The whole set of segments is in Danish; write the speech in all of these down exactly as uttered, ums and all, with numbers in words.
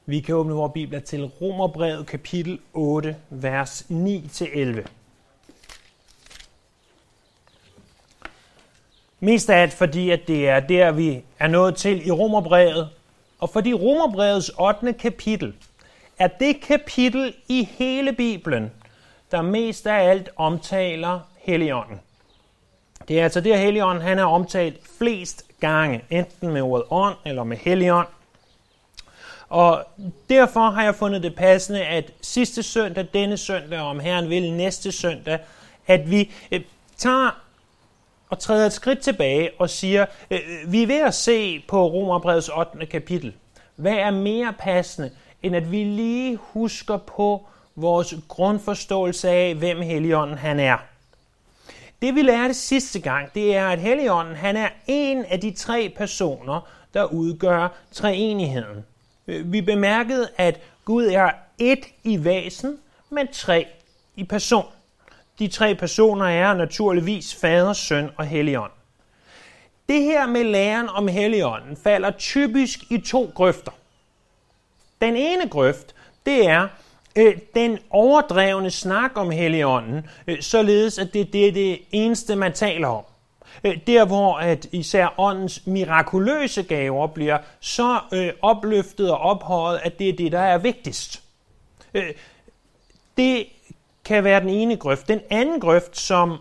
Vi kan åbne vores bibler til Romerbrevet kapitel otte, vers ni til elleve. Mest af alt fordi, at det er der, vi er nået til i Romerbrevet, og fordi Romerbrevets ottende kapitel er det kapitel i hele Bibelen, der mest af alt omtaler Helligånden. Det er altså det, Helligånden han har omtalt flest gange, enten med ordet ånd eller med Helligånd. Og derfor har jeg fundet det passende, at sidste søndag, denne søndag, og om Herren vil næste søndag, at vi øh, tager og træder et skridt tilbage og siger, øh, vi er ved at se på Romerbrevets ottende kapitel. Hvad er mere passende, end at vi lige husker på vores grundforståelse af, hvem Helligånden han er. Det vi lærte sidste gang, det er, at Helligånden han er en af de tre personer, der udgør treenigheden. Vi bemærkede, at Gud er ét i væsen, men tre i person. De tre personer er naturligvis Fader, Søn og Helligånd. Det her med læren om Helligånden falder typisk i to grøfter. Den ene grøft, det er øh, den overdrevne snak om Helligånden, øh, således at det, det er det eneste, man taler om. Øh, der hvor at især åndens mirakuløse gaver bliver så øh, opløftet og ophøjet, at det er det, der er vigtigst. Øh, det kan være den ene grøft. Den anden grøft, som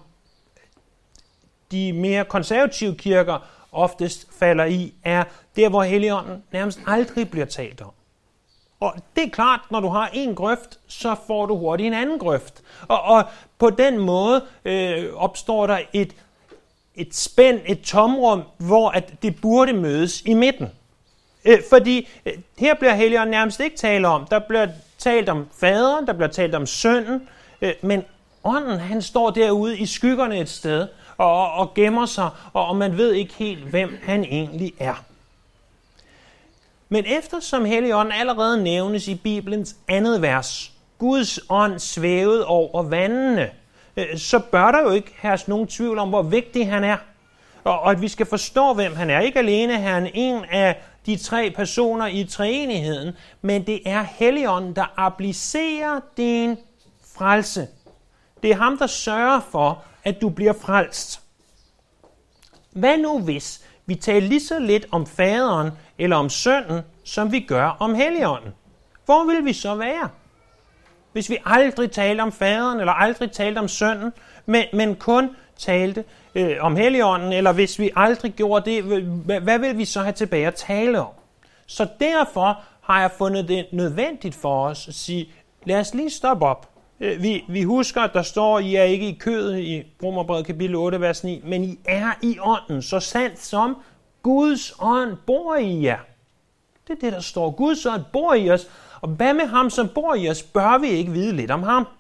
de mere konservative kirker oftest falder i, er der, hvor Helligånden nærmest aldrig bliver talt om. Og det er klart, når du har en grøft, så får du hurtigt en anden grøft. Og, og på den måde øh, opstår der et, et spænd, et tomrum, hvor at det burde mødes i midten. Øh, fordi øh, her bliver Helligånden nærmest ikke talt om. Der bliver talt om faderen, der bliver talt om sønnen, øh, men ånden han står derude i skyggerne et sted og, og gemmer sig, og, og man ved ikke helt, hvem han egentlig er. Men eftersom Helligånden allerede nævnes i Bibelens andet vers, Guds ånd svævede over vandene, så bør der jo ikke herske nogen tvivl om, hvor vigtig han er. Og at vi skal forstå, hvem han er. Ikke alene er han en af de tre personer i treenigheden, men det er Helligånden, der applicerer din frelse. Det er ham, der sørger for, at du bliver frelst. Hvad nu hvis vi taler lige så lidt om faderen eller om sønnen, som vi gør om Helligånden? Hvor vil vi så være? Hvis vi aldrig talte om faderen eller aldrig talte om sønnen, men, men kun talte øh, om Helligånden, eller hvis vi aldrig gjorde det, hvad, hvad vil vi så have tilbage at tale om? Så derfor har jeg fundet det nødvendigt for os at sige, lad os lige stoppe op. Vi, vi husker, at der står, I er ikke i kødet i Romerbrevet kapitel otte, vers ni, men I er i ånden, så sandt som Guds ånd bor i jer. Det er det, der står. Guds ånd bor i os, og hvad med ham, som bor i os, bør vi ikke vide lidt om ham?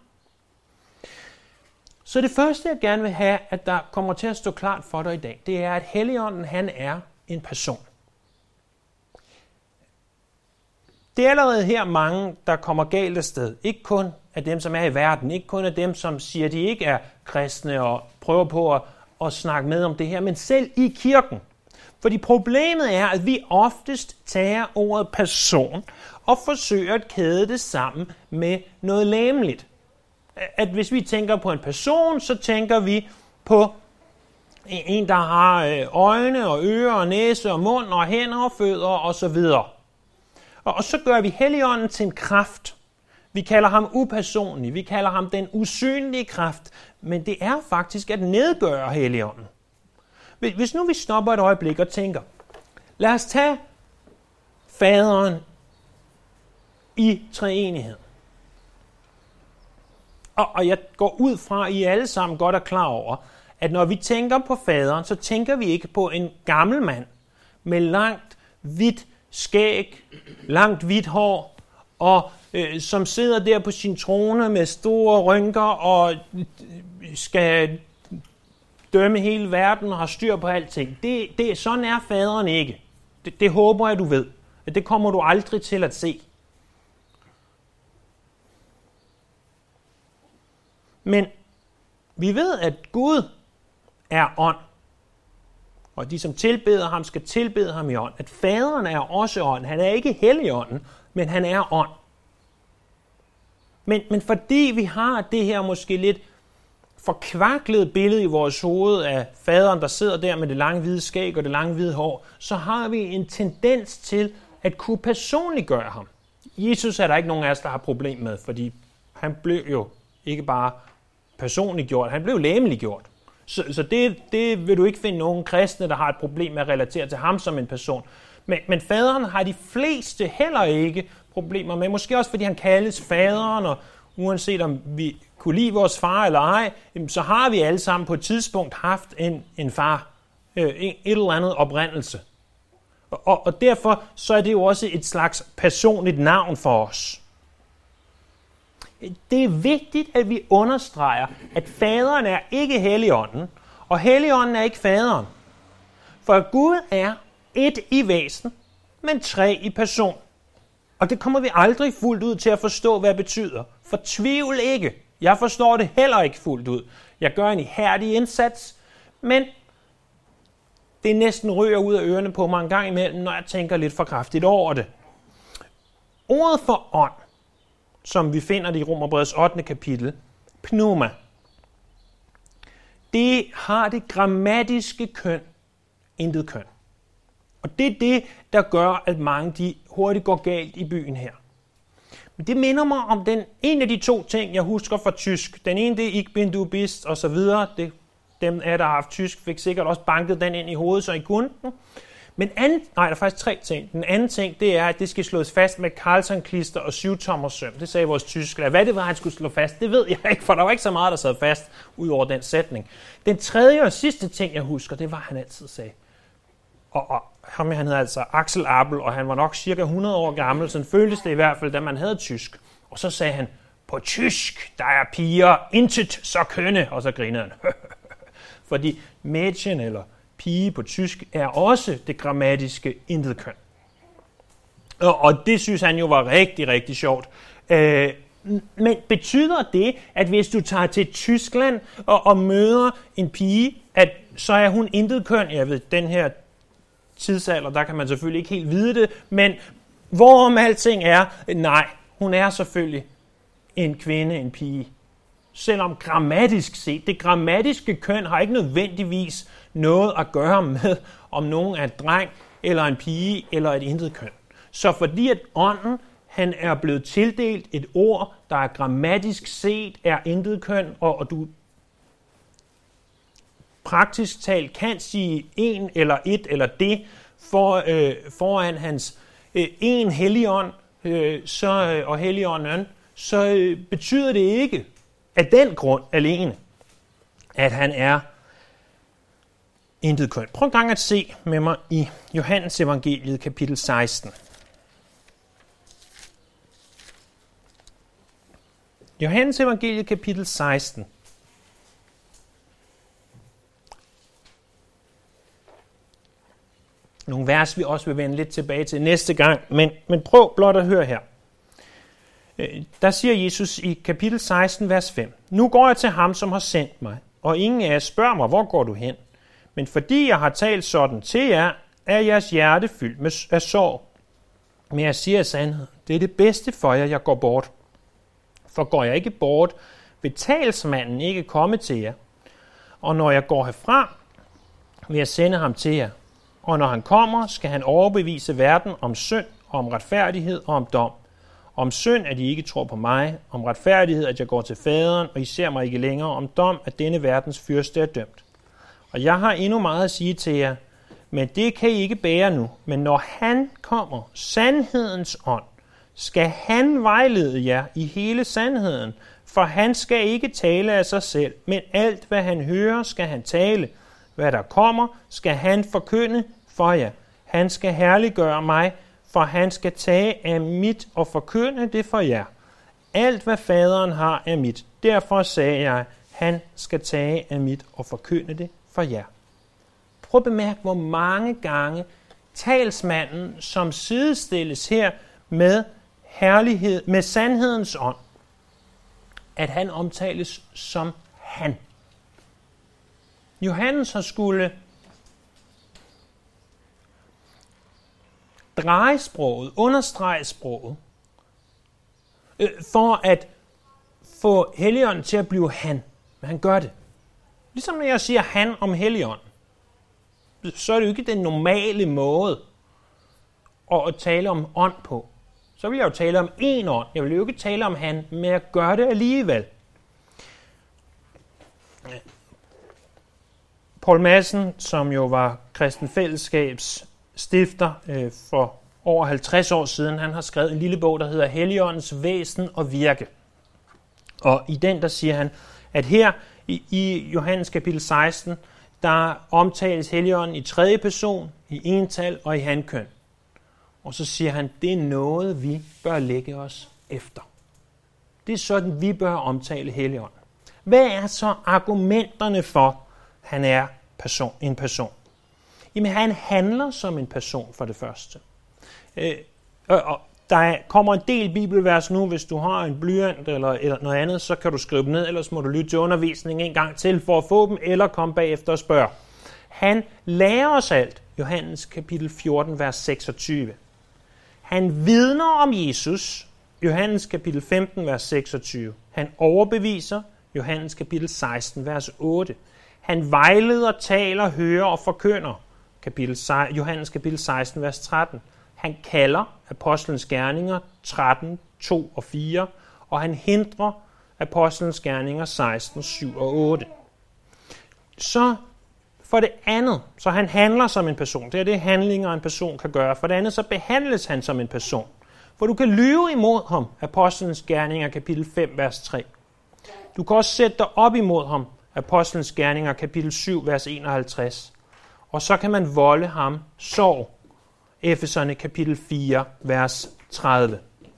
Så det første, jeg gerne vil have, at der kommer til at stå klart for dig i dag, det er, at Helligånden, han er en person. Det er allerede her mange, der kommer galt af sted. Ikke kun af dem, som er i verden. Ikke kun af dem, som siger, at de ikke er kristne og prøver på at, at snakke med om det her, men selv i kirken. Fordi problemet er, at vi oftest tager ordet person og forsøger at kæde det sammen med noget legemligt. At hvis vi tænker på en person, så tænker vi på en, der har øjne og ører og næse og mund og hænder og fødder osv. Og så gør vi Helligånden til en kraft. Vi kalder ham upersonlig, vi kalder ham den usynlige kraft, men det er faktisk at nedgøre Helligånden. Hvis nu vi stopper et øjeblik og tænker, lad os tage faderen i treenighed. Og, og jeg går ud fra, at I alle sammen godt er klar over, at når vi tænker på faderen, så tænker vi ikke på en gammel mand med langt, hvidt skæg, langt hvidt hår, og øh, som sidder der på sin trone med store rynker og skal dømme hele verden og har styr på alting. Det, det, sådan er faderen ikke. Det, det håber jeg, du ved. Det kommer du aldrig til at se. Men vi ved, at Gud er ånd. Og de, som tilbeder ham, skal tilbede ham i ånd. At faderen er også ånd. Han er ikke Helligånden, men han er ånd. Men, men fordi vi har det her måske lidt forkvaklede billede i vores hoved af faderen, der sidder der med det lange hvide skæg og det lange hvide hår, så har vi en tendens til at kunne personliggøre ham. Jesus er der ikke nogen af os, der har problem med, fordi han blev jo ikke bare personligt gjort, han blev lægemligt gjort. Så, så det, det vil du ikke finde nogen kristne, der har et problem med at relatere til ham som en person. Men, men faderen har de fleste heller ikke problemer med. Måske også fordi han kaldes faderen, og uanset om vi kunne lide vores far eller ej, så har vi alle sammen på et tidspunkt haft en, en far, et eller andet oprindelse. Og, og derfor så er det jo også et slags personligt navn for os. Det er vigtigt, at vi understreger, at faderen er ikke Helligånden, og Helligånden er ikke faderen. For Gud er et i væsen, men tre i person. Og det kommer vi aldrig fuldt ud til at forstå, hvad det betyder. Fortvivl ikke. Jeg forstår det heller ikke fuldt ud. Jeg gør en ihærdig indsats, men det næsten ryger ud af ørerne på mig en gang imellem, når jeg tænker lidt for kraftigt over det. Ordet for ånd, som vi finder det i Romerbrevets ottende kapitel, pneuma, det har det grammatiske køn, intet køn. Og det er det, der gør, at mange de hurtigt går galt i byen her. Men det minder mig om den, en af de to ting, jeg husker fra tysk. Den ene, det er Ich bin, du bist, og så videre. Det, dem af der har haft tysk, fik sikkert også banket den ind i hovedet, så I kunne den. Men anden, nej, der er faktisk tre ting. Den anden ting, det er, at det skal slås fast med Carlson-klister og syvtommersøm. Det sagde vores tysklærer. Hvad det var, han skulle slå fast, det ved jeg ikke, for der var ikke så meget, der sad fast ud over den sætning. Den tredje og sidste ting, jeg husker, det var, han altid sagde. Og, og ham, han hed altså Axel Appel, og han var nok cirka hundrede år gammel, sådan føltes det i hvert fald, da man havde tysk. Og så sagde han, på tysk, der er piger intet så kønne, og så grinede han. Fordi Mädchen eller pige på tysk er også det grammatiske intet køn. Og, og det synes han jo var rigtig, rigtig sjovt. Øh, men betyder det, at hvis du tager til Tyskland og, og møder en pige, at så er hun intet køn? Jeg ved, den her tidsalder, der kan man selvfølgelig ikke helt vide det, men hvorom alting er, nej, hun er selvfølgelig en kvinde, en pige. Selvom grammatisk set, det grammatiske køn har ikke nødvendigvis noget at gøre med, om nogen er en dreng, eller en pige, eller et intet køn. Så fordi at ånden, han er blevet tildelt et ord, der er grammatisk set er intet køn, og, og du praktisk talt kan sige en eller et eller det for, øh, foran hans øh, en helligånd øh, så, øh, og helligånden, så øh, betyder det ikke af den grund alene, at han er intet køn. Prøv en gang at se med mig i Johannes evangeliet kapitel seksten. Johannes evangeliet kapitel seksten. Nogle vers, vi også vil vende lidt tilbage til næste gang, men, men prøv blot at høre her. Der siger Jesus i kapitel seksten, vers fem. Nu går jeg til ham, som har sendt mig, og ingen af jer spørger mig, hvor går du hen? Men fordi jeg har talt sådan til jer, er jeres hjerte fyldt med af sorg. Men jeg siger af sandhed, det er det bedste for jer, jeg går bort. For går jeg ikke bort, vil talsmanden ikke komme til jer. Og når jeg går herfra, vil jeg sende ham til jer. Og når han kommer, skal han overbevise verden om synd, om retfærdighed og om dom. Om synd, at I ikke tror på mig. Om retfærdighed, at jeg går til faderen, og I ser mig ikke længere. Om dom, at denne verdens fyrste er dømt. Og jeg har endnu meget at sige til jer, men det kan I ikke bære nu. Men når han kommer, sandhedens ånd, skal han vejlede jer i hele sandheden. For han skal ikke tale af sig selv, men alt, hvad han hører, skal han tale. Hvad der kommer, skal han forkynde for jer. Han skal herliggøre mig, for han skal tage af mit og forkynde det for jer. Alt, hvad faderen har, er mit. Derfor sagde jeg, han skal tage af mit og forkynde det for jer. Prøv at bemærke, hvor mange gange talsmanden, som sidestilles her med herlighed, med sandhedens ånd, at han omtales som han. Johannes har skulle dreje sproget, understrege sproget, øh, for at få Helligånden til at blive han. Men han gør det. Ligesom når jeg siger han om Helligånden, så er det jo ikke den normale måde at tale om ånd på. Så vil jeg jo tale om en ånd. Jeg vil jo ikke tale om han, men jeg gør det alligevel. Poul Madsen, som jo var Kristen Fællesskabs stifter øh, for over halvtreds år siden, han har skrevet en lille bog, der hedder Helligåndens væsen og virke. Og i den, der siger han, at her i, i Johannes kapitel seksten, der omtales Helligånden i tredje person, i ental og i hankøn. Og så siger han, det er noget, vi bør lægge os efter. Det er sådan, vi bør omtale Helligånden. Hvad er så argumenterne for, at han er person, en person? Jamen, han handler som en person for det første. Øh, og der kommer en del bibelvers nu, hvis du har en blyant eller, eller noget andet, så kan du skrive dem ned, ellers må du lytte til undervisningen en gang til for at få dem, eller komme bagefter og spørge. Han lærer os alt. Johannes kapitel fjorten, vers seksogtyve. Han vidner om Jesus. Johannes kapitel femten, vers seksogtyve. Han overbeviser. Johannes kapitel seksten, vers otte. Han vejleder, taler, hører og forkynder. Kapitel, Johannes kapitel seksten, vers tretten. Han kalder apostlens gerninger tretten, to og fire, og han hindrer apostlens gerninger seksten, syv og otte. Så for det andet, så han handler som en person. Det er det, handlinger en person kan gøre. For det andet, så behandles han som en person. For du kan lyve imod ham, apostlens gerninger kapitel fem, vers tre. Du kan også sætte dig op imod ham, apostlens gerninger kapitel syv, vers enoghalvtreds. Og så kan man volde ham sorg. Efeserne kapitel fire, vers tredive.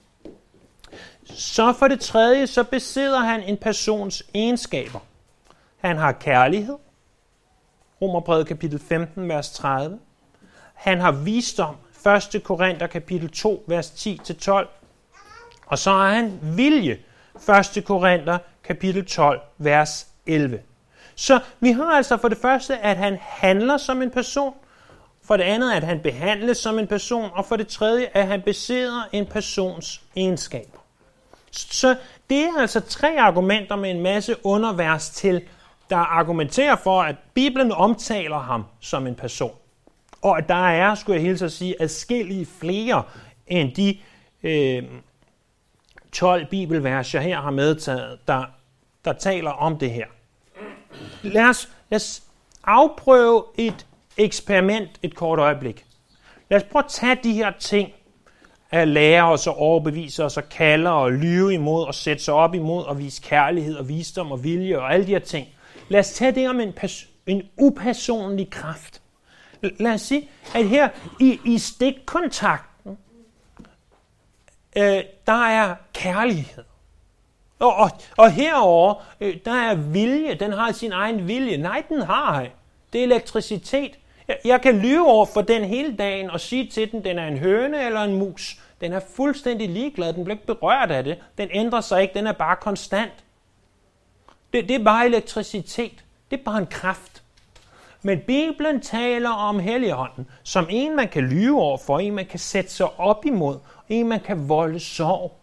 Så for det tredje, så besidder han en persons egenskaber. Han har kærlighed. Romerbrevet kapitel femten, vers tredive. Han har visdom. første Korinther kapitel to, vers ti til tolv. Og så har han vilje. første Korinther kapitel tolv, vers elleve. Så vi har altså for det første, at han handler som en person. For det andet, at han behandles som en person. Og for det tredje, at han besidder en persons egenskaber. Så det er altså tre argumenter med en masse undervers til, der argumenterer for, at Bibelen omtaler ham som en person. Og at der er, skulle jeg hilse at sige, adskillige flere end de øh, tolv bibelvers, jeg her har medtaget, der, der taler om det her. Lad os, lad os afprøve et eksperiment et kort øjeblik. Lad os prøve at tage de her ting, at lære os og overbevise os og kalde og lyve imod og sætte sig op imod og vise kærlighed og visdom og vilje og alle de her ting. Lad os tage det om en, pers- en upersonlig kraft. Lad os sige, at her i, i stikkontakten, øh, der er kærlighed. Og, og, og herover øh, der er vilje. Den har sin egen vilje. Nej, den har jeg. Det er elektricitet. Jeg, jeg kan lyve over for den hele dagen og sige til den, den er en høne eller en mus. Den er fuldstændig ligeglad. Den bliver ikke berørt af det. Den ændrer sig ikke. Den er bare konstant. Det, det er bare elektricitet. Det er bare en kraft. Men Bibelen taler om Helligånden som en, man kan lyve over for, en, man kan sætte sig op imod, en, man kan volde sorg.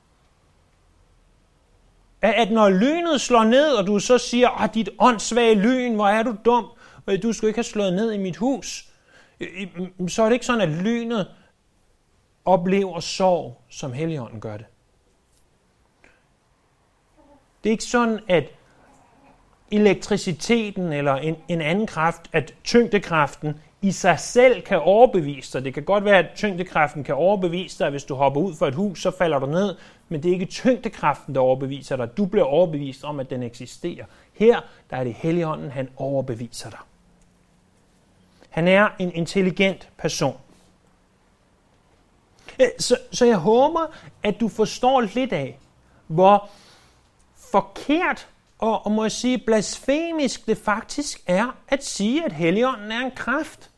At når lynet slår ned, og du så siger, at dit åndssvage lyn, hvor er du dum, du skulle ikke have slået ned i mit hus, så er det ikke sådan, at lynet oplever sorg, som Helligånden gør det. Det er ikke sådan, at elektriciteten eller en, en anden kraft, at tyngdekraften i sig selv kan overbevise dig. Det kan godt være, at tyngdekraften kan overbevise dig, at hvis du hopper ud fra et hus, så falder du ned, men det er ikke tyngdekraften, der overbeviser dig. Du bliver overbevist om, at den eksisterer. Her der er det Helligånden, han overbeviser dig. Han er en intelligent person. Så, så jeg håber, at du forstår lidt af, hvor forkert og, og må jeg sige blasfemisk det faktisk er at sige, at Helligånden er en kraft.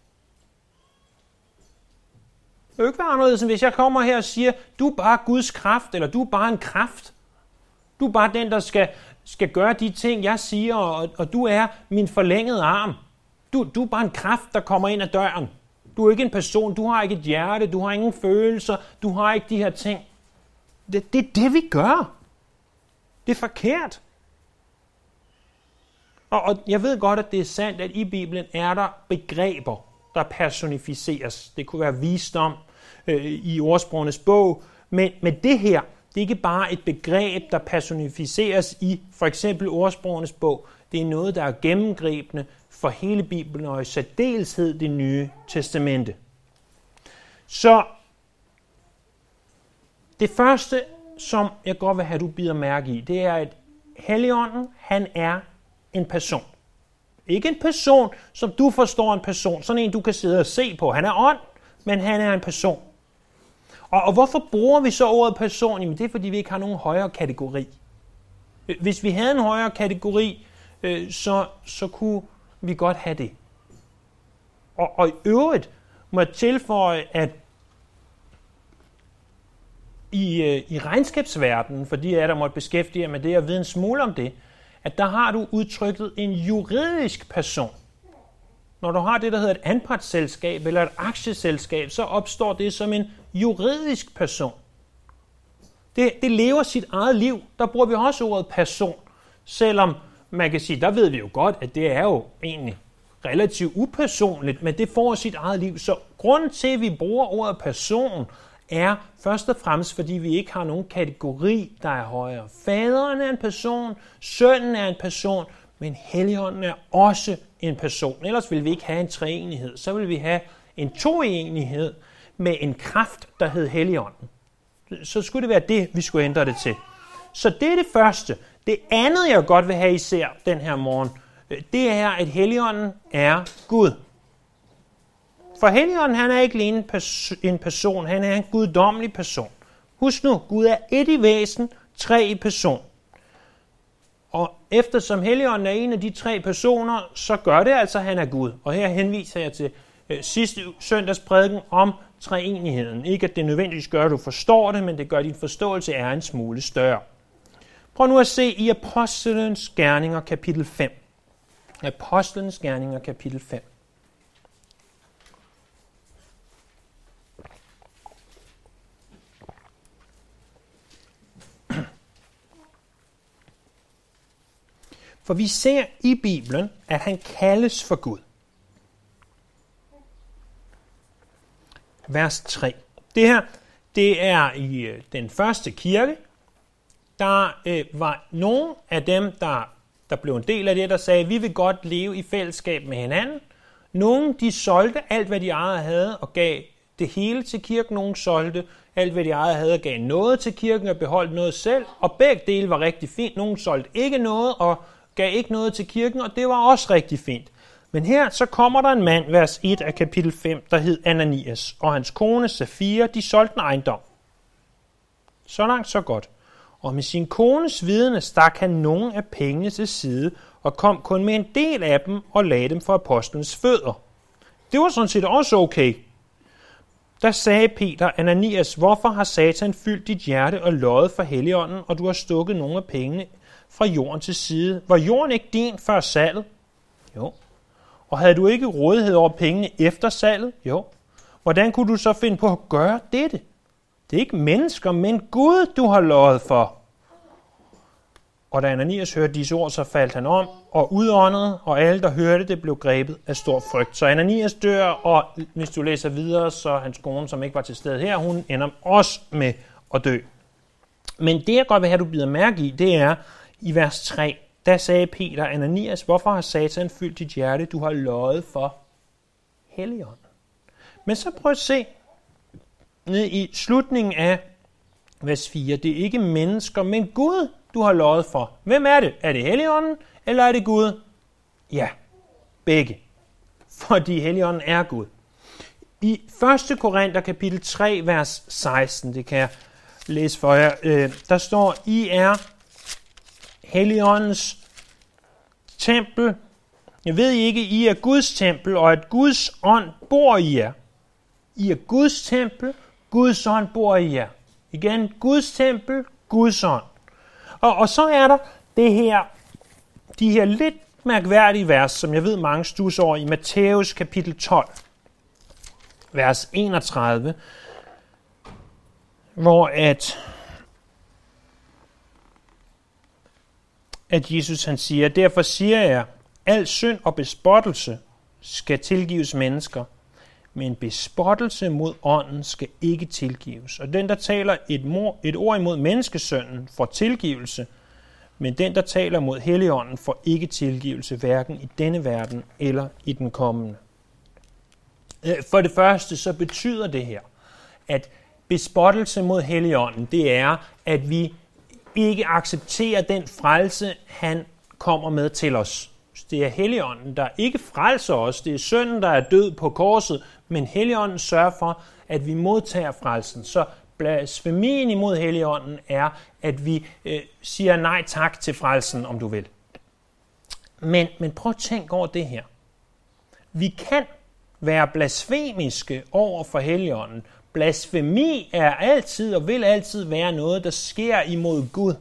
Det vil ikke være anderledes, end hvis jeg kommer her og siger, du er bare Guds kraft, eller du er bare en kraft. Du er bare den, der skal, skal gøre de ting, jeg siger, og, og du er min forlængede arm. Du, du er bare en kraft, der kommer ind ad døren. Du er ikke en person, du har ikke et hjerte, du har ingen følelser, du har ikke de her ting. Det, det er det, vi gør. Det er forkert. Og, og jeg ved godt, at det er sandt, at i Bibelen er der begreber, der personificeres. Det kunne være visdom øh, i ordsprogenes bog, men, men det her, det er ikke bare et begreb, der personificeres i for eksempel ordsprogenes bog. Det er noget, der er gennemgribende for hele Bibelen og i særdeleshed det nye testamente. Så det første, som jeg godt vil have, du bider mærke i, det er, at Helligånden, han er en person. Ikke en person, som du forstår en person. Sådan en, du kan sidde og se på. Han er ånd, men han er en person. Og, og hvorfor bruger vi så ordet person? Jamen det er, fordi vi ikke har nogen højere kategori. Hvis vi havde en højere kategori, øh, så, så kunne vi godt have det. Og, og i øvrigt må jeg tilføje, at i, øh, i regnskabsverdenen, for de af jer, der måtte beskæftige jer med det og vide en smule om det, at der har du udtrykket en juridisk person. Når du har det, der hedder et anpartsselskab eller et aktieselskab, så opstår det som en juridisk person. Det, det lever sit eget liv. Der bruger vi også ordet person, selvom man kan sige, der ved vi jo godt, at det er jo egentlig relativt upersonligt, men det får sit eget liv. Så grunden til, at vi bruger ordet person, er først og fremmest, fordi vi ikke har nogen kategori, der er højere. Faderen er en person, sønnen er en person, men Helligånden er også en person. Ellers vil vi ikke have en treenighed. Så vil vi have en toenighed med en kraft, der hed Helligånden. Så skulle det være det, vi skulle ændre det til. Så det er det første. Det andet, jeg godt vil have, I ser den her morgen, det er, at Helligånden er Gud. For Helligånden, han er ikke alene en, pers- en person, han er en guddommelig person. Husk nu, Gud er et i væsen, tre i person. Og eftersom Helligånden er en af de tre personer, så gør det altså, at han er Gud. Og her henviser jeg til øh, sidste søndags prædiken om treenigheden. Ikke at det nødvendigvis gør, at du forstår det, men det gør, at din forståelse er en smule større. Prøv nu at se i Apostlenes Gerninger kapitel fem. Apostlenes Gerninger kapitel fem. For vi ser i Bibelen, at han kaldes for Gud. Vers tre. Det her, det er i den første kirke. Der øh, var nogle af dem, der, der blev en del af det, der sagde, at vi vil godt leve i fællesskab med hinanden. Nogle, de solgte alt, hvad de ejede havde, og gav det hele til kirken. Nogle solgte alt, hvad de ejede havde, og gav noget til kirken, og beholdt noget selv. Og begge dele var rigtig fint. Nogle solgte ikke noget, og gav ikke noget til kirken, og det var også rigtig fint. Men her så kommer der en mand, vers et af kapitel fem, der hed Ananias, og hans kone Safira, de solgte en ejendom. Så langt, så godt. Og med sin kones vidne stak han nogle af pengene til side, og kom kun med en del af dem og lagde dem for apostlenes fødder. Det var sådan set også okay. Der sagde Peter, Ananias, hvorfor har Satan fyldt dit hjerte og løjet for Helligånden, og du har stukket nogle af pengene fra jorden til side? Var jorden ikke din før salget? Jo. Og havde du ikke rådighed over pengene efter salget? Jo. Hvordan kunne du så finde på at gøre dette? Det er ikke mennesker, men Gud, du har løjet for. Og da Ananias hørte disse ord, så faldt han om og udåndede, og alle, der hørte det, blev grebet af stor frygt. Så Ananias dør, og hvis du læser videre, så hans kone, som ikke var til stede her, hun ender også med at dø. Men det, jeg godt vil have, du bider mærke i, det er i vers tre. Der sagde Peter, Ananias, hvorfor har Satan fyldt dit hjerte? Du har løjet for Helligånden. Men så prøv at se ned i slutningen af vers fire. Det er ikke mennesker, men Gud, du har løjet for. Hvem er det? Er det Helligånden, eller er det Gud? Ja, begge. Fordi Helligånden er Gud. I første Korinther kapitel tre, vers seksten, det kan jeg læse for jer, øh, der står, I er Helligåndens tempel. Jeg ved ikke, I er Guds tempel, og at Guds ånd bor i jer. I er Guds tempel, Guds ånd bor i jer. Igen, Guds tempel, Guds ånd. Og, og så er der det her, de her lidt mærkværdige vers, som jeg ved mange stusser over i Matthæus kapitel tolv. vers enogtredive, hvor at, at Jesus han siger, derfor siger jeg, al synd og bespottelse skal tilgives mennesker, men bespottelse mod ånden skal ikke tilgives. Og den, der taler et, mor, et ord imod menneskesønnen, får tilgivelse, men den, der taler mod Helligånden, får ikke tilgivelse, hverken i denne verden eller i den kommende. For det første, så betyder det her, at bespottelse mod Helligånden, det er, at vi ikke accepterer den frelse, han kommer med til os. Det er Helligånden, der ikke frelser os. Det er synden, der er død på korset, men Helligånden sørger for, at vi modtager frelsen. Så blasfemien imod Helligånden er, at vi øh, siger nej tak til frelsen, om du vil. Men, men prøv at tænke over det her. Vi kan være blasfemiske over for Helligånden. Blasfemi er altid og vil altid være noget, der sker imod Gud.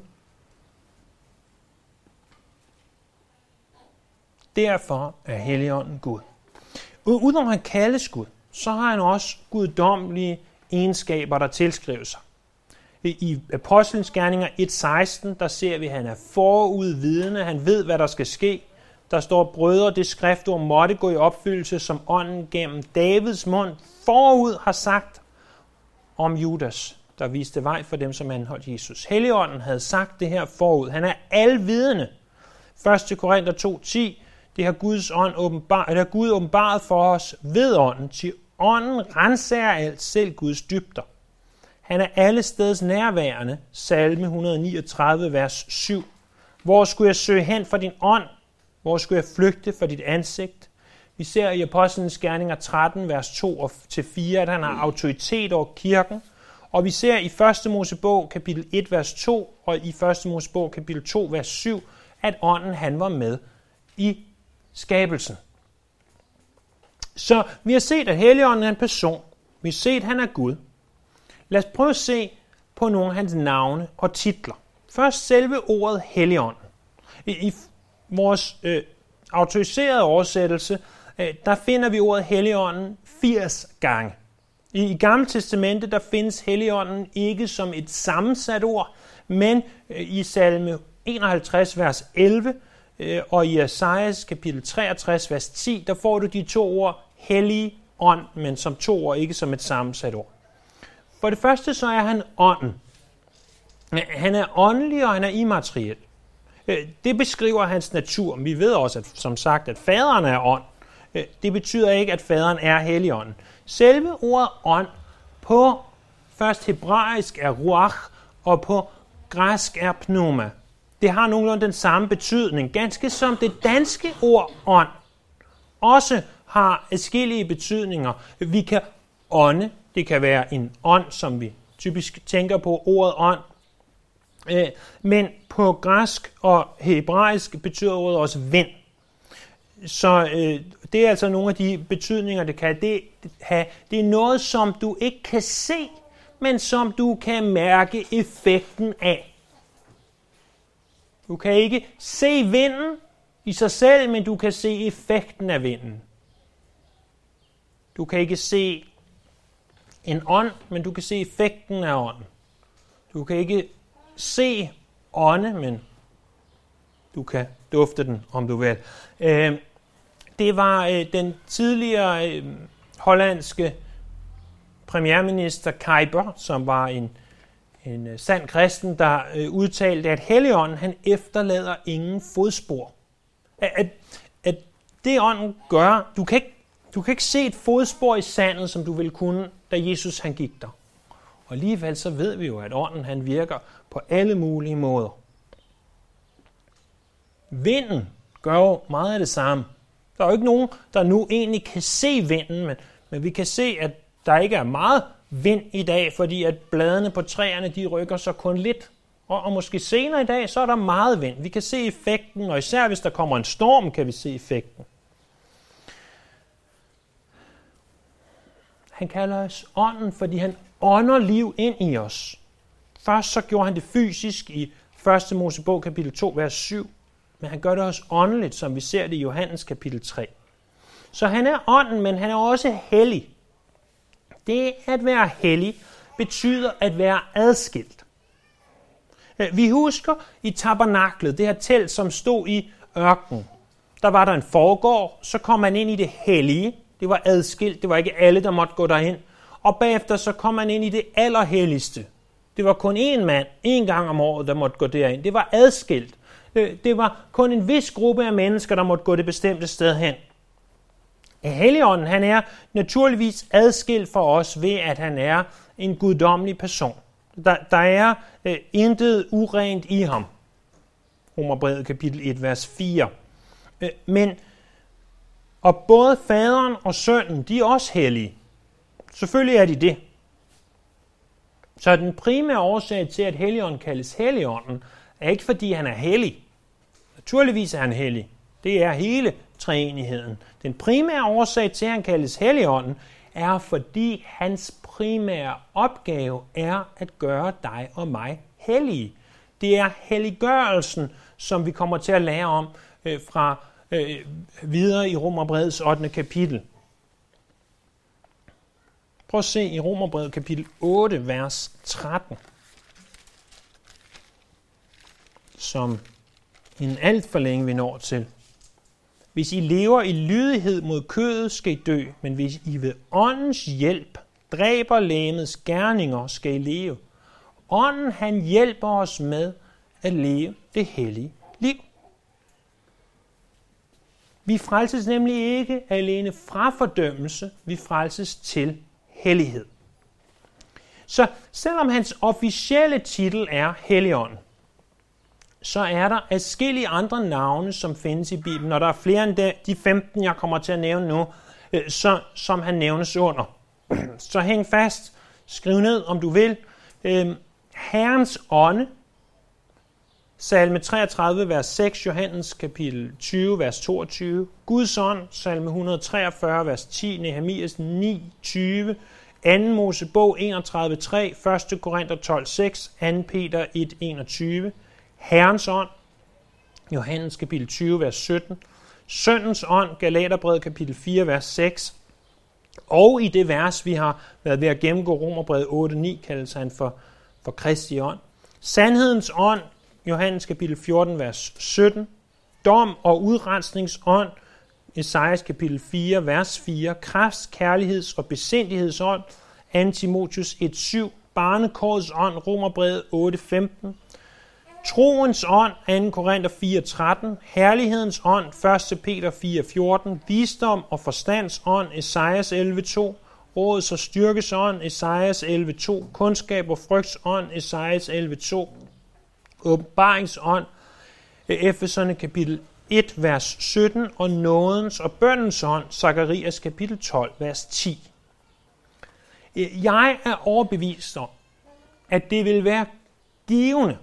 Derfor er Helligånden Gud. Udover at han kaldes Gud, så har han også guddommelige egenskaber, der tilskriver sig. I Apostlenes Gerninger et seksten, der ser vi, at han er forudvidende, han ved, hvad der skal ske. Der står, brødre, det skriftord måtte gå i opfyldelse, som ånden gennem Davids mund forud har sagt om Judas, der viste vej for dem, som anholdt Jesus. Helligånden havde sagt det her forud. Han er alvidende. første Korinther to ti, det har Guds ånd åbenbar, eller Gud åbenbaret for os ved ånden, til ånden renser alt, selv Guds dybder. Han er alle steds nærværende, salme et hundrede niogtredive, vers syv. Hvor skulle jeg søge hen for din ånd? Hvor skulle jeg flygte for dit ansigt? Vi ser i Apostlenes Gerninger tretten, vers to til fire, at han har autoritet over kirken. Og vi ser i første Mosebog, kapitel et, vers to, og i første Mosebog, kapitel to, vers syv, at ånden han var med i skabelsen. Så vi har set, at Helligånden er en person. Vi har set, at han er Gud. Lad os prøve at se på nogle af hans navne og titler. Først selve ordet Helligånden. I, i vores øh, autoriserede oversættelse, øh, der finder vi ordet Helligånden firs gange. I, i Gamle Testamente, der findes Helligånden ikke som et sammensat ord, men øh, i salme enoghalvtreds, vers elleve, øh, og i Esajas kapitel treogtres, vers ti, der får du de to ord Hellig ånd, men som to ord, ikke som et sammensat ord. For det første så er han ånden. Han er åndelig, og han er immateriel. Det beskriver hans natur. Vi ved også, at, som sagt, at faderen er ånd. Det betyder ikke, at faderen er Helligånden. Selve ordet ånd på først hebraisk er ruach, og på græsk er pneuma. Det har nogenlunde den samme betydning, ganske som det danske ord ånd også har adskillige betydninger. Vi kan ånde, det kan være en ånd, som vi typisk tænker på ordet ånd, men på græsk og hebraisk betyder ordet også vind. Så øh, det er altså nogle af de betydninger, det kan det have. Det er noget, som du ikke kan se, men som du kan mærke effekten af. Du kan ikke se vinden i sig selv, men du kan se effekten af vinden. Du kan ikke se en ånd, men du kan se effekten af ånden. Du kan ikke se ånde, men du kan dufte den, om du vil. Øh, det var øh, den tidligere øh, hollandske premierminister Kuyper, som var en, en øh, sand kristen, der øh, udtalte, at Helligånden han efterlader ingen fodspor. At, at, at det ånden gør, du kan, ikke, du kan ikke se et fodspor i sandet, som du ville kunne, da Jesus han gik der. Og alligevel så ved vi jo, at ånden han virker på alle mulige måder. Vinden gør jo meget af det samme. Der er jo ikke nogen, der nu egentlig kan se vinden, men, men vi kan se, at der ikke er meget vind i dag, fordi at bladene på træerne, de rykker så kun lidt. Og, og måske senere i dag, så er der meget vind. Vi kan se effekten, og især hvis der kommer en storm, kan vi se effekten. Han kalder os ånden, fordi han ånder liv ind i os. Først så gjorde han det fysisk i første Mosebog kapitel to, vers syv. Men han gør det også åndeligt, som vi ser det i Johannes kapitel tre. Så han er ånden, men han er også hellig. Det at være hellig betyder at være adskilt. Vi husker i tabernaklet, det her telt, som stod i ørkenen. Der var der en forgård, så kom man ind i det hellige. Det var adskilt, det var ikke alle, der måtte gå derhen. Og bagefter så kom man ind i det allerhelligste. Det var kun én mand, én gang om året, der måtte gå derind. Det var adskilt. Det var kun en vis gruppe af mennesker, der måtte gå det bestemte sted hen. Helligånden, han er naturligvis adskilt for os ved, at han er en guddommelig person. Der, der er øh, intet urent i ham. Romerbrevet kapitel et, vers fire. Øh, men, og både faderen og sønnen, de er også hellige. Selvfølgelig er de det. Så den primære årsag til, at Helligånden kaldes Helligånden, er ikke fordi han er hellig. Naturligvis er han hellig. Det er hele treenigheden. Den primære årsag til, at han kaldes Helligånden, er fordi hans primære opgave er at gøre dig og mig hellige. Det er helliggørelsen, som vi kommer til at lære om øh, fra øh, videre i Romerbrevets ottende kapitel. Prøv at se i Romerbrevet kapitel otte, vers tretten, som en alt for længe vi når til. Hvis I lever i lydighed mod kødet, skal I dø, men hvis I ved åndens hjælp dræber legemets gerninger, skal I leve. Ånden, han hjælper os med at leve det hellige liv. Vi frelses nemlig ikke alene fra fordømmelse, vi frelses til hellighed. Så selvom hans officielle titel er Helligånden, så er der adskillige andre navne, som findes i Bibelen, og der er flere end de femten, jeg kommer til at nævne nu, så, som han nævnes under. Så hæng fast, skriv ned, om du vil. Herrens ånde, salme treogtredive, vers seks, Johannes kapitel tyve, vers toogtyve. Guds ånd, salme et hundrede treogfyrre, vers ti, Nehemias ni, tyve. anden Mosebog enogtredive, tre, første Korinther tolv, seks, anden Peter et, enogtyve. Herrens ånd, Johannes kapitel tyve, vers sytten. Søndens ånd, Galaterbrevet kapitel fire, vers seks. Og i det vers, vi har været ved at gennemgå, Romerbrevet otte, ni, kaldes han for, for Kristi ånd. Sandhedens ånd, Johannes kapitel fjorten, vers sytten. Dom og udrensningsånd, Esajas kapitel fire, vers fire. Kræfts, kærligheds og besindighedsånd, anden Timotheus et, syv. Barnekårets ånd, Romerbrevet otte, femten. Troens ånd, anden Korinther fire, tretten. Herlighedens ånd, første Peter fire, fjorten. Visdom og forstands ånd, Esajas elleve, to. Rådets og styrkes ånd, Esajas elleve, to. Kundskab og frygts ånd, Esajas elleve, to. Åbenbaringsånd, Efeserne kapitel et, vers sytten. Og nådens og bønnens ånd, Zakarias kapitel tolv, vers ti. Jeg er overbevist om, at det vil være givende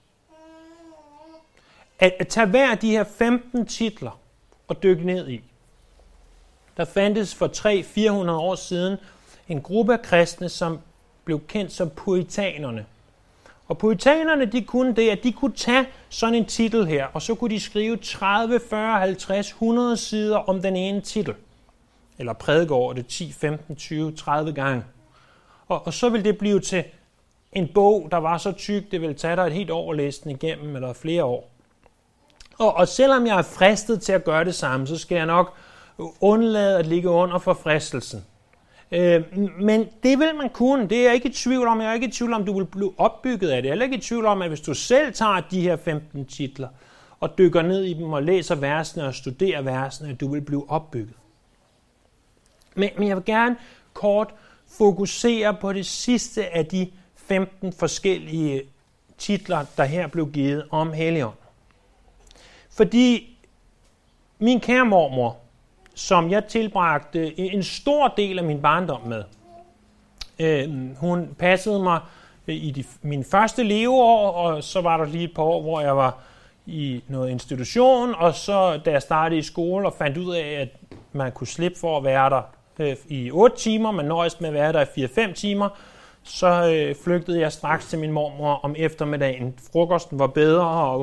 at, at tage hver af de her femten titler og dykke ned i. Der fandtes for tre til fire hundrede år siden en gruppe af kristne, som blev kendt som puritanerne. Og puritanerne, de kunne det, at de kunne tage sådan en titel her, og så kunne de skrive tredive, fyrre, halvtreds, hundrede sider om den ene titel. Eller prædike over det ti, femten, tyve, tredive gange. Og, og så ville det blive til en bog, der var så tyk, det ville tage dig et helt år at læse den igennem, eller flere år. Og, og selvom jeg er fristet til at gøre det samme, så skal jeg nok undlade at ligge under for fristelsen. Øh, men det vil man kunne, det er jeg ikke i tvivl om. Jeg er ikke i tvivl om, du vil blive opbygget af det. Jeg er ikke i tvivl om, at hvis du selv tager de her femten titler og dykker ned i dem og læser versene og studerer versene, at du vil blive opbygget. Men, men jeg vil gerne kort fokusere på det sidste af de femten forskellige titler, der her blev givet om Helligånden. Fordi min kære mormor, som jeg tilbragte en stor del af min barndom med, øh, hun passede mig i de, mine første leveår, og så var der lige et par år, hvor jeg var i noget institution, og så da jeg startede i skole og fandt ud af, at man kunne slippe for at være der øh, i otte timer, man nøjes med at være der i fire til fem timer, så øh, flygtede jeg straks til min mormor om eftermiddagen. Frokosten var bedre, og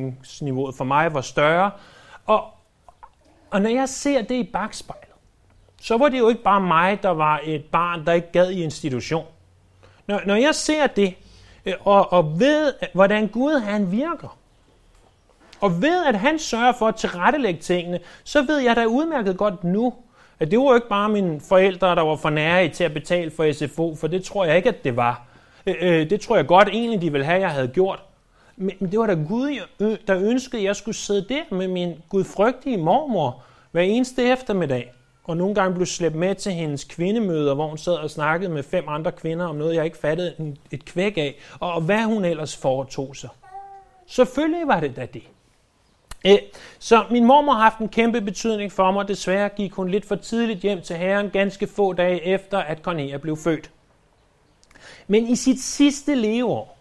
underholdningsniveauet for mig var større. Og, og når jeg ser det i bagspejlet, så var det jo ikke bare mig, der var et barn, der ikke gad i institution. Når, når jeg ser det, og, og ved, hvordan Gud han virker, og ved, at han sørger for at tilrettelægge tingene, så ved jeg da udmærket godt nu, at det var jo ikke bare mine forældre, der var for nære til at betale for S F O, for det tror jeg ikke, at det var. Det tror jeg godt egentlig, de ville have, jeg havde gjort. Men det var da Gud, der ønskede, at jeg skulle sidde der med min gudfrygtige mormor hver eneste eftermiddag, og nogle gange blev slæbt med til hendes kvindemøder, hvor hun sad og snakkede med fem andre kvinder om noget, jeg ikke fattede et kvæk af, og hvad hun ellers foretog sig. Selvfølgelig var det da det. Så min mormor har haft en kæmpe betydning for mig. Desværre gik hun lidt for tidligt hjem til Herren, ganske få dage efter, at Cornelia blev født. Men i sit sidste leveår,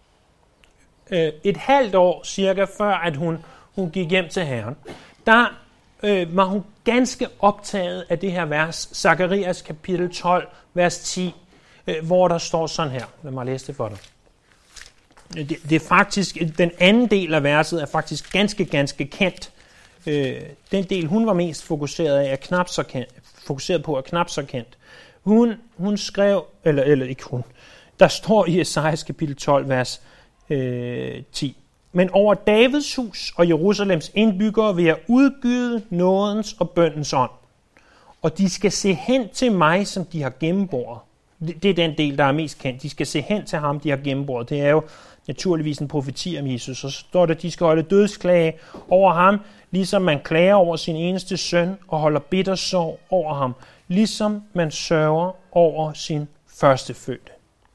et halvt år cirka før, at hun, hun gik hjem til Herren, der øh, var hun ganske optaget af det her vers, Zakarias kapitel tolv, vers ti, øh, hvor der står sådan her. Lad mig læse det for dig. Det, det er faktisk, den anden del af verset er faktisk ganske, ganske kendt. Øh, den del, hun var mest fokuseret af, er knap så kendt, fokuseret på, er knap så kendt. Hun, hun skrev, eller, eller ikke hun, der står i Esajas kapitel tolv, vers øh, ti. Men over Davids hus og Jerusalems indbyggere vil jeg udgyde nådens og bøndens ånd. Og de skal se hen til mig, som de har gennemboret. Det, det er den del, der er mest kendt. De skal se hen til ham, de har gennemboret. Det er jo naturligvis en profeti om Jesus. Og så står der, at de skal holde dødsklage over ham, ligesom man klager over sin eneste søn og holder bitter sorg over ham, ligesom man sørger over sin førstefødte.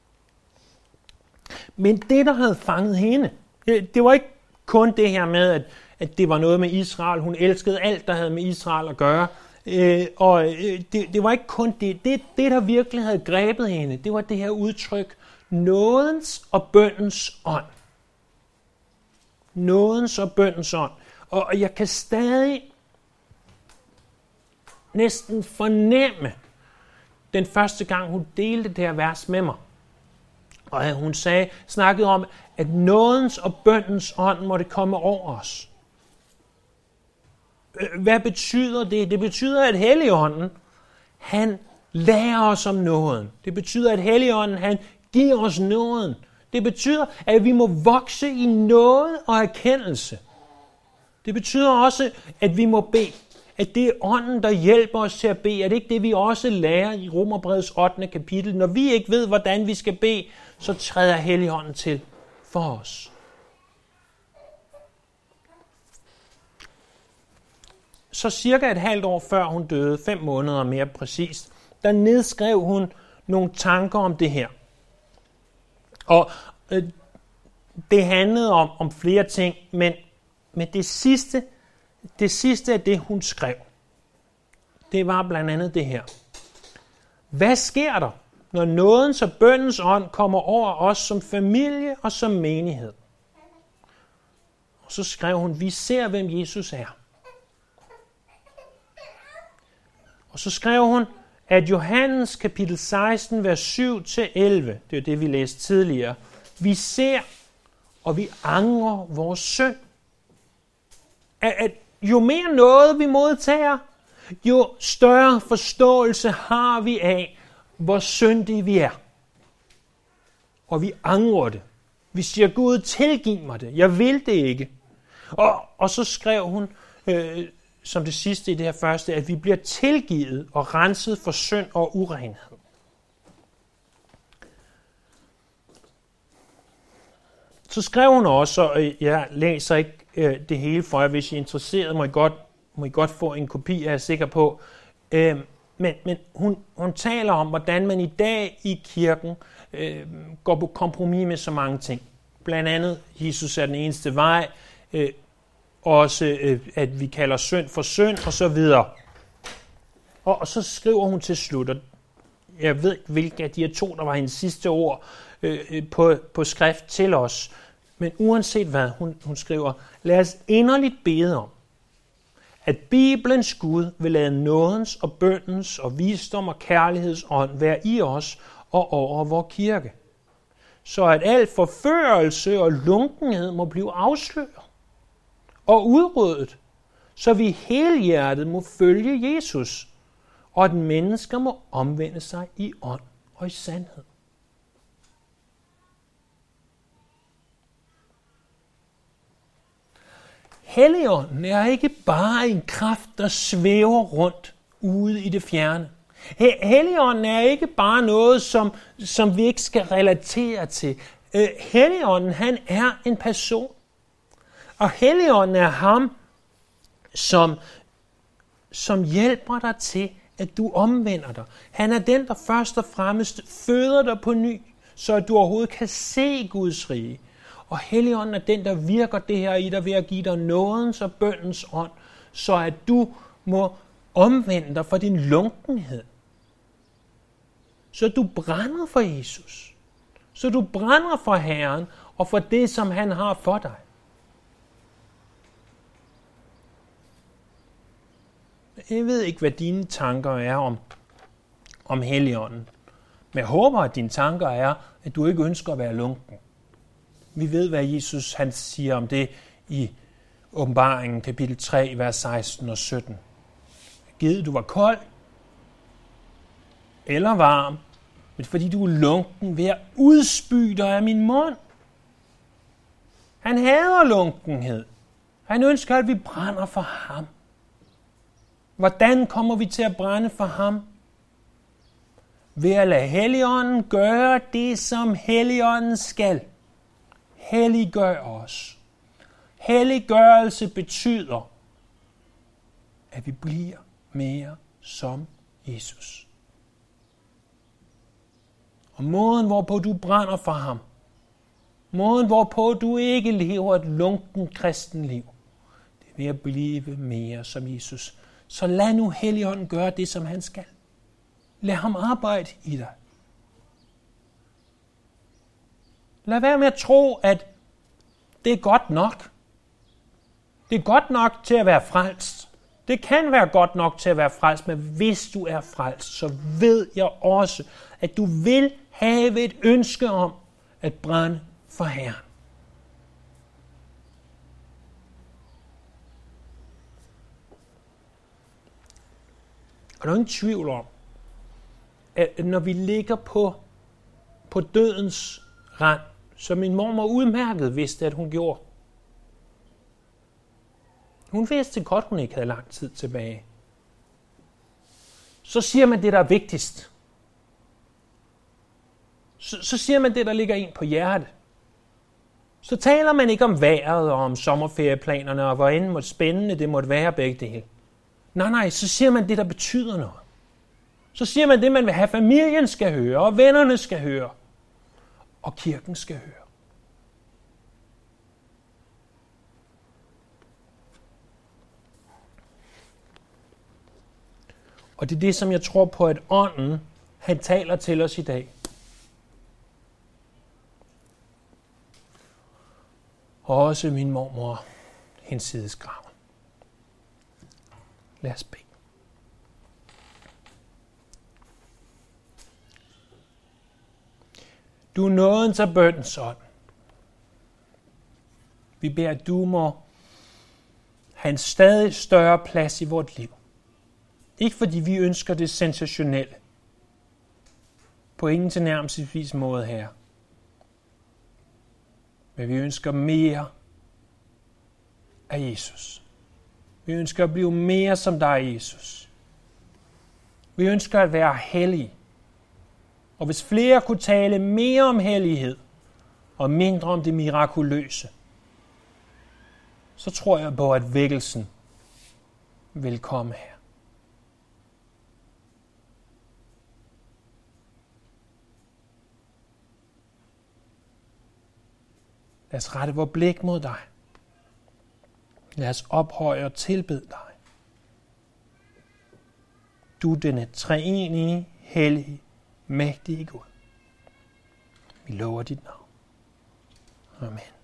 Men det, der havde fanget hende, det var ikke kun det her med, at, at det var noget med Israel. Hun elskede alt, der havde med Israel at gøre. Øh, og det, det var ikke kun det. det. Det, der virkelig havde grebet hende, det var det her udtryk, nådens og bøndens ånd. Nådens og bøndens ånd. Og jeg kan stadig næsten fornemme den første gang, hun delte det her vers med mig. Og hun sagde, snakkede om, at nådens og bøndens ånd måtte komme over os. Hvad betyder det? Det betyder, at Helligånden, han lærer os om nåden. Det betyder, at Helligånden, han giver os nåden. Det betyder, at vi må vokse i nåde og erkendelse. Det betyder også, at vi må bede. At det er ånden, der hjælper os til at bede. Er det ikke det, vi også lærer i Romerbrevets ottende kapitel? Når vi ikke ved, hvordan vi skal bede, så træder Helligånden til for os. Så cirka et halvt år før hun døde, fem måneder mere præcist, der nedskrev hun nogle tanker om det her. Og øh, det handlede om, om flere ting, men, men det sidste, det sidste af det, hun skrev, det var blandt andet det her. Hvad sker der, når nådens og bøndens ånd kommer over os som familie og som menighed? Og så skrev hun, vi ser, hvem Jesus er. Og så skrev hun, at Johannes kapitel seksten, vers syv til elleve, det er det, vi læste tidligere, vi ser, og vi angrer vores synd. At, at jo mere noget vi modtager, jo større forståelse har vi af, hvor syndige vi er. Og vi angrer det. Vi siger, Gud, tilgiv mig det. Jeg vil det ikke. Og, og så skrev hun, øh, som det sidste i det her første, at vi bliver tilgivet og renset for synd og urenhed. Så skrev hun også, og jeg læser ikke øh, det hele for jer, hvis I er interesseret, må I godt, må I godt få en kopi, er jeg sikker på. Øh, men men hun, hun taler om, hvordan man i dag i kirken øh, går på kompromis med så mange ting. Blandt andet, Jesus er den eneste vej, øh, også øh, at vi kalder synd for synd, og så videre. Og, og så skriver hun til slut, og jeg ved ikke, hvilke af de her to, der var hendes sidste ord øh, på, på skrift til os, men uanset hvad, hun, hun skriver, lad os inderligt bede om, at Bibelens Gud vil lade nådens og bøndens og visdom og kærlighedsånd være i os og over vor kirke, så at al forførelse og lunkenhed må blive afsløret og udryddet, så vi helhjertet må følge Jesus og at mennesker må omvende sig i ånd og i sandhed. Helligånden er ikke bare en kraft, der svæver rundt ude i det fjerne. Helligånden er ikke bare noget, som, som vi ikke skal relatere til. Helligånden, han er en person. Og Helligånden er ham, som, som hjælper dig til, at du omvender dig. Han er den, der først og fremmest føder dig på ny, så at du overhovedet kan se Guds rige. Og Helligånden er den, der virker det her i dig ved at give dig nådens og bøndens ånd, så at du må omvende dig for din lunkenhed. Så du brænder for Jesus. Så du brænder for Herren og for det, som han har for dig. Jeg ved ikke, hvad dine tanker er om, om Helligånden. Men jeg håber, at dine tanker er, at du ikke ønsker at være lunken. Vi ved, hvad Jesus han siger om det i Åbenbaringen, kapitel tre, vers seksten og sytten. Givet du var kold eller varm, men fordi du er lunken, vil jeg udspy dig af min mund. Han hader lunkenhed. Han ønsker, at vi brænder for ham. Hvordan kommer vi til at brænde for ham? Ved at lade Helligånden gøre det, som Helligånden skal. Helliggør os. Helliggørelse betyder, at vi bliver mere som Jesus. Og måden, hvorpå du brænder for ham, måden, hvorpå du ikke lever et lunken kristenliv, det er ved at blive mere som Jesus. Så lad nu Helligånden gøre det, som han skal. Lad ham arbejde i dig. Lad være med at tro, at det er godt nok. Det er godt nok til at være frelst. Det kan være godt nok til at være frelst, men hvis du er frelst, så ved jeg også, at du vil have et ønske om at brænde for Herren. Og der er ingen tvivl om, at når vi ligger på, på dødens rand, som min mormor udmærket vidste, at hun gjorde. Hun vidste godt, hun ikke havde lang tid tilbage. Så siger man det, der er vigtigst. Så, så siger man det, der ligger en på hjertet. Så taler man ikke om vejret og om sommerferieplanerne, og hvor end måtte spændende det måtte være begge dele. Nej, nej, så siger man det, der betyder noget. Så siger man det, man vil have familien skal høre, og vennerne skal høre, og kirken skal høre. Og det er det, som jeg tror på, at ånden, han taler til os i dag. Og også min mormor, hinsides graven. Lad os bede. Du er nådens og bøndens ånd. Vi beder, at du må have en stadig større plads i vort liv. Ikke fordi vi ønsker det sensationelle. På ingen tilnærmelsesvis måde her. Men vi ønsker mere af Jesus. Vi ønsker at blive mere som dig, Jesus. Vi ønsker at være hellige. Og hvis flere kunne tale mere om hellighed og mindre om det mirakuløse, så tror jeg på, at vækkelsen vil komme her. Lad os rette vores blik mod dig. Lad os ophøje og tilbede dig. Du, denne treenige, hellige, mægtige Gud. Vi lover dit navn. Amen.